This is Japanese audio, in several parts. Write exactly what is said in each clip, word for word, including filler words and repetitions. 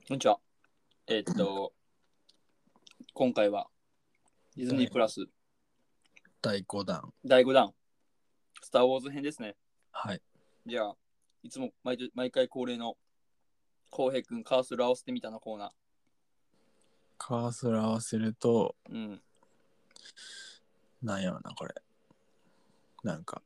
こんにちは。えーっと、今回はディズニープラスだいごだん。 だいごだん、スター・ウォーズ編ですね。 はい。 じゃあ、いつも毎度毎回恒例の浩平くんカーソル合わせてみたのコーナー。 カーソル合わせると、 うん。 なんやろな、これ。なんか、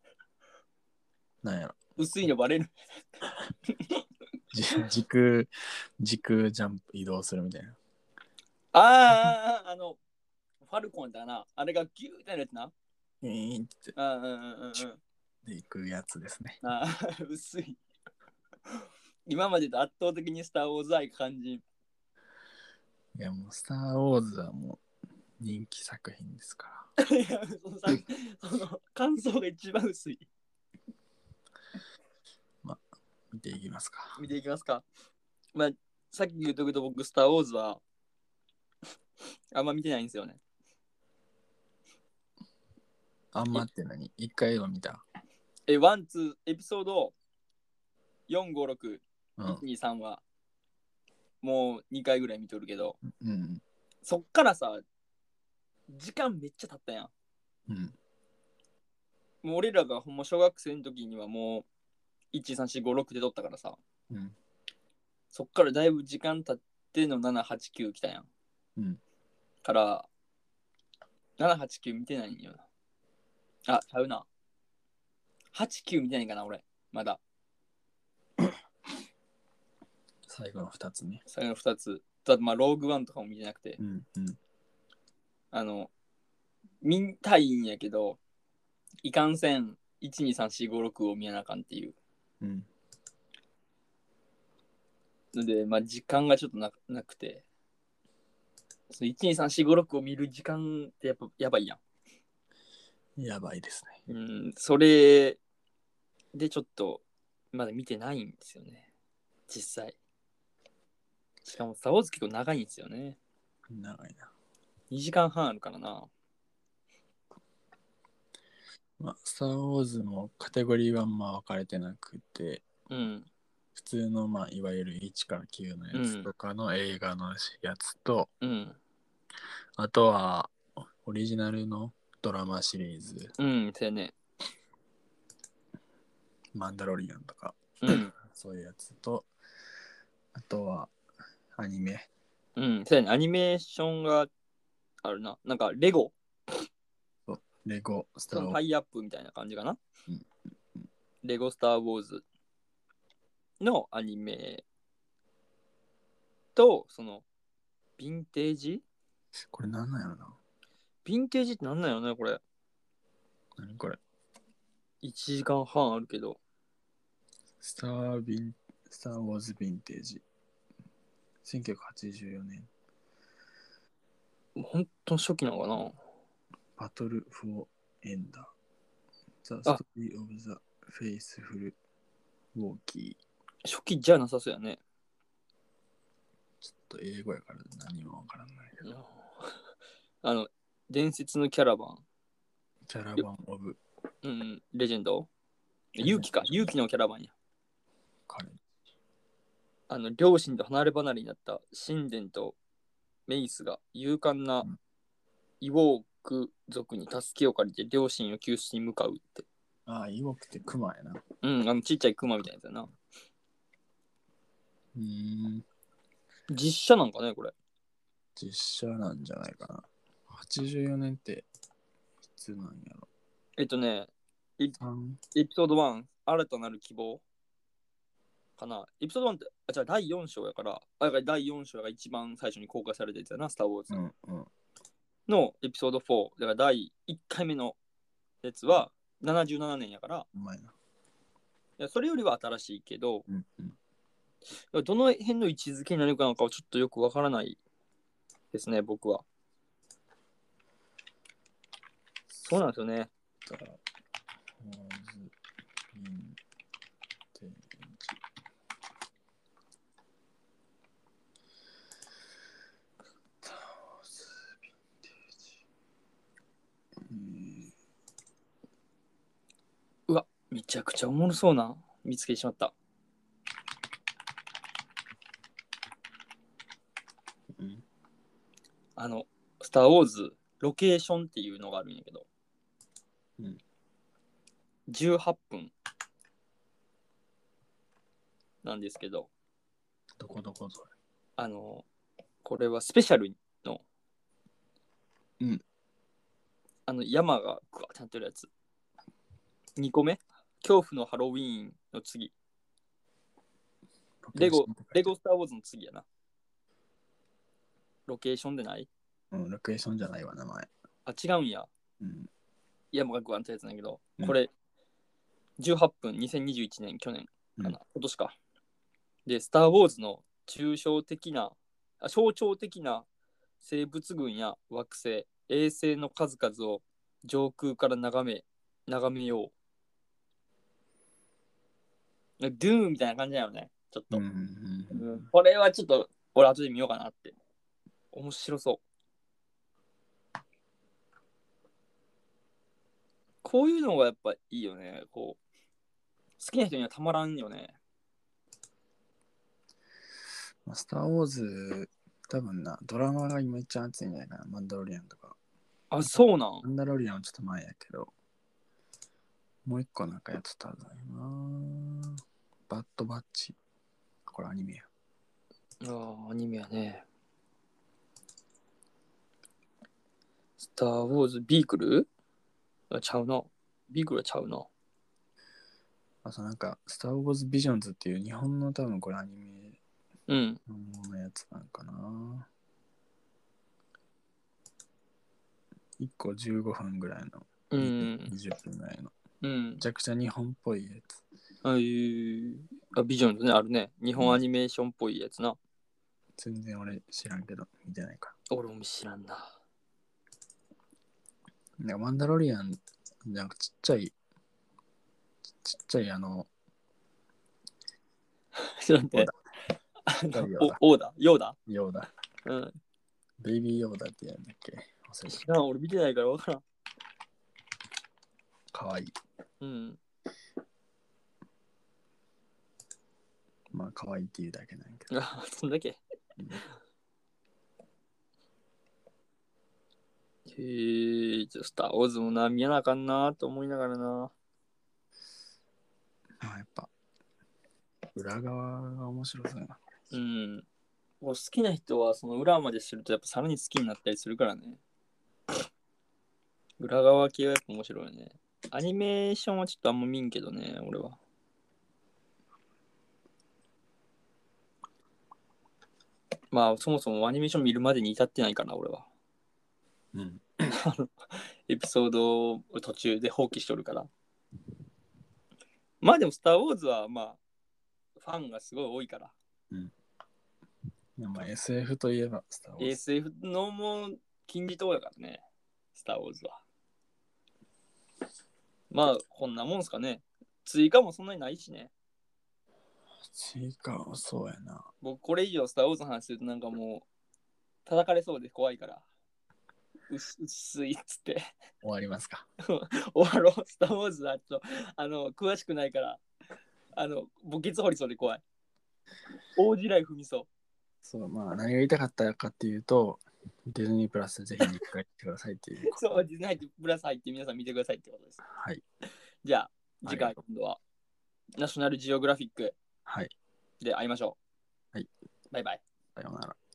なんやろ。 薄いのバレる。 じ時空、時空ジャンプ移動するみたいな。 あーあー、あーあの、ファルコンだな。あれがギューってなるやつな。 えーってうんうんうんうんうん。 でいくやつですね。 あー薄い。今までと圧倒的にスター・ウォーズ愛感じ。 いや、もう、スター・ウォーズはもう人気作品ですかいやそのさその感想が一番薄い。 ら。見ていきますか。 見ていきますか。まあ、さっき言うとくと僕、スター・ウォーズはあんま見てないんですよね。 あんまって何一回は見た。 え、ワン、ツー、エピソードよん、ご、ろく、 うんいち、に、さんはもうにかいぐらい見とるけど、 うん。 そっからさ、時間めっちゃ経ったやん。 うん。 もう俺らがほんま小学生の時にはもういち、さん、よん、ご、ろくで撮ったからさ、 うん。 そっからだいぶ時間経ってのなな、はち、きゅう来たやん。 うん。 から、なな、はち、きゅう見てないんよな。あ、ちゃうな。はち、きゅう見てないかな、俺。まだ。 最後のふたつね。 最後のふたつ。だまあ、ローグワンとかも見てなくて。 うんうん。 あの、見たいんやけど、いかんせんいち、に、さん、よん、ご、ろくを見やなあかんっていううんので、まあ、時間がちょっと な, なくて、そのいち、に、さん、よん、ご、ろくを見る時間ってやっぱやばいやん。 やばいですね。 うん、それでちょっとまだ見てないんですよね、実際。しかも、スター・ウォーズ結構長いんですよね。 長いな。 にじかんはんあるからな。 まあ、スター・ウォーズもカテゴリーはまあ分かれてなくて、 うん。 普通の、まあ、いわゆるいちからきゅうのやうんつとかの映画のやつと、 うん。 あとはオリジナルのドラマシリーズ、 うん。そうやね。 マンダロリアンとか、 うん。 そういうやつと、あとはアニメ。 うん。そうやね。アニメーションがあるな。なんか、レゴそうレゴスター・ウォーズ。 そのタイアップみたいな感じかな。 うんレゴスター・ウォーズのアニメと、その、ヴィンテージこれなんなんやろな。 ヴィンテージってなんなんやろね、これ。 何これ。 いちじかんはんあるけど。 スター・ビンスター・ウォーズ・ヴィンテージ。せんきゅうひゃくはちじゅうよねん。 ほんと初期なのかな。 バトル・フォー・エンダー。ザ・スあトーリー・オブ・ザ・フェイスフル・ウォーキー。 初期じゃなさそうやね。 ちょっと英語やから何もわからないけど。 あの、伝説のキャラバン。 キャラバン・オブ・うん、レジェンド勇気か。勇気のキャラバンや。 彼。 あの、両親と離れ離れになったシンデンとメイスが勇敢なイウォーク族に助けを借りて両親を救出に向かうって。 ああ、イウォークってクマやな。 うん、あのちっちゃいクマみたいなやつやな。 うーん。 実写なんかね、これ。 実写なんじゃないかな。はちじゅうよねんっていつなんやろ。 えっとね、エさんエピソードワン、新たなる希望かな。エピソードワンって、あ、じゃあだいよん章やから、あ、だからだいよん章が一番最初に公開されたやつやな、スター・ウォーズうんうんのエピソードフォー、だからだいいっかいめのやつはななじゅうななねんやから、 うまいな。 いやそれよりは新しいけど、 うんうんどの辺の位置づけになるかなんかはちょっとよくわからないですね、僕は。そうなんですよね。 スター・ウォーズ・ヴィンテージ。スター・ウォーズ・ヴィンテージ。うんうわ、めちゃくちゃおもろそうな見つけてしまった。 うんあの、スター・ウォーズ、ロケーションっていうのがあるんやけど、 うん、 じゅうはっぷんなんですけど、 どこどこそれ。 あの、これはスペシャルの、 うん、 あの、山がグワーってなってるやつ。にこめ、恐怖のハロウィーンの次。レゴ、レゴスター・ウォーズの次やな。ロケーションでない？ うん、ロケーションじゃないわ、名前。 あ、違うんや。 うん、 山がグワーってやつなんやけど、 うんこれ、じゅうはっぷん、にせんにじゅういちねん、去年かな、 うん、 今年か。で、スター・ウォーズの抽象的な、あ象徴的な生物群や惑星、衛星の数々を上空から眺め、眺めよう。ドゥーンみたいな感じだよね、ちょっと。 うんうんうんうん、これはちょっと、俺後で見ようかなって。面白そう。こういうのがやっぱいいよね。こう、好きな人にはたまらんよね。 まあスター・ウォーズ、多分な、ドラマが今一番熱いんじゃないかな、マンダロリアンとか。 あ、そうなん。 マンダロリアンはちょっと前やけど、もう一個なんかやってたんだよな。バッドバッチ。これアニメや。 ああ、アニメやね。スター・ウォーズ、ビークルあちゃうな。ビークルはちゃうな。 あとなんか、スター・ウォーズ・ビジョンズっていう日本の多分これアニメうん。 のやつなんかな。いっこじゅうごふんぐらいの、 うん。 にじゅっぷんぐらいの。 うんめち。ゃくちゃ日本っぽいやつ。 ああいうあビジョンズね、あるね。日本アニメーションっぽいやつな。 全然俺知らんけど、見てないか俺も知らんな。 ら。なんかマンダロリアン、なんかちっちゃい、ちっちゃいあの、 知らんて。あのおオーダーヨーダヨーダ。 うん。 ベイビーヨーダってやんだっけ忘れた。 知らん、俺見てないから分からん。 かわいい。 うん。 まあ、かわいいっていうだけなんやけど。 あ、そんだけ。 うんへえ、じゃあスター・ウォーズもな、見やなあかんなと思いながらな。 まあ、やっぱ、裏側が面白そうやな。 うん。好きな人はその裏まで知るとやっぱさらに好きになったりするからね。裏側系はやっぱ面白いよね。アニメーションはちょっとあんま見んけどね、俺は。まあそもそもアニメーション見るまでに至ってないかな、俺は。 うん。 エピソードを途中で放棄しとるから。まあでも、スター・ウォーズはまあ、ファンがすごい多いから。 いやまあ エスエフ といえば、スター・ウォーズ。 エスエフ のも金字塔やからね、スター・ウォーズは。まあ、こんなもんすかね。追加もそんなにないしね。 追加はそうやな。 僕、これ以上スター・ウォーズの話するとなんかもう、叩かれそうで怖いから。うす薄いっつって終わりますか。 終わろう。スター・ウォーズはちょっとあの詳しくないからあの墓穴掘りそうで怖い。大地雷踏みそう。 そう、まあ、何が言いたかったかっていうと、ディズニープラスぜひ一回来てくださいっていう。 そう、ディズニー入ってプラス入って皆さん見てくださいってことです。 はい。 じゃあ次回今度はナショナルジオグラフィックはい。 で会いましょう。 はい。 バイバイ。 さようなら。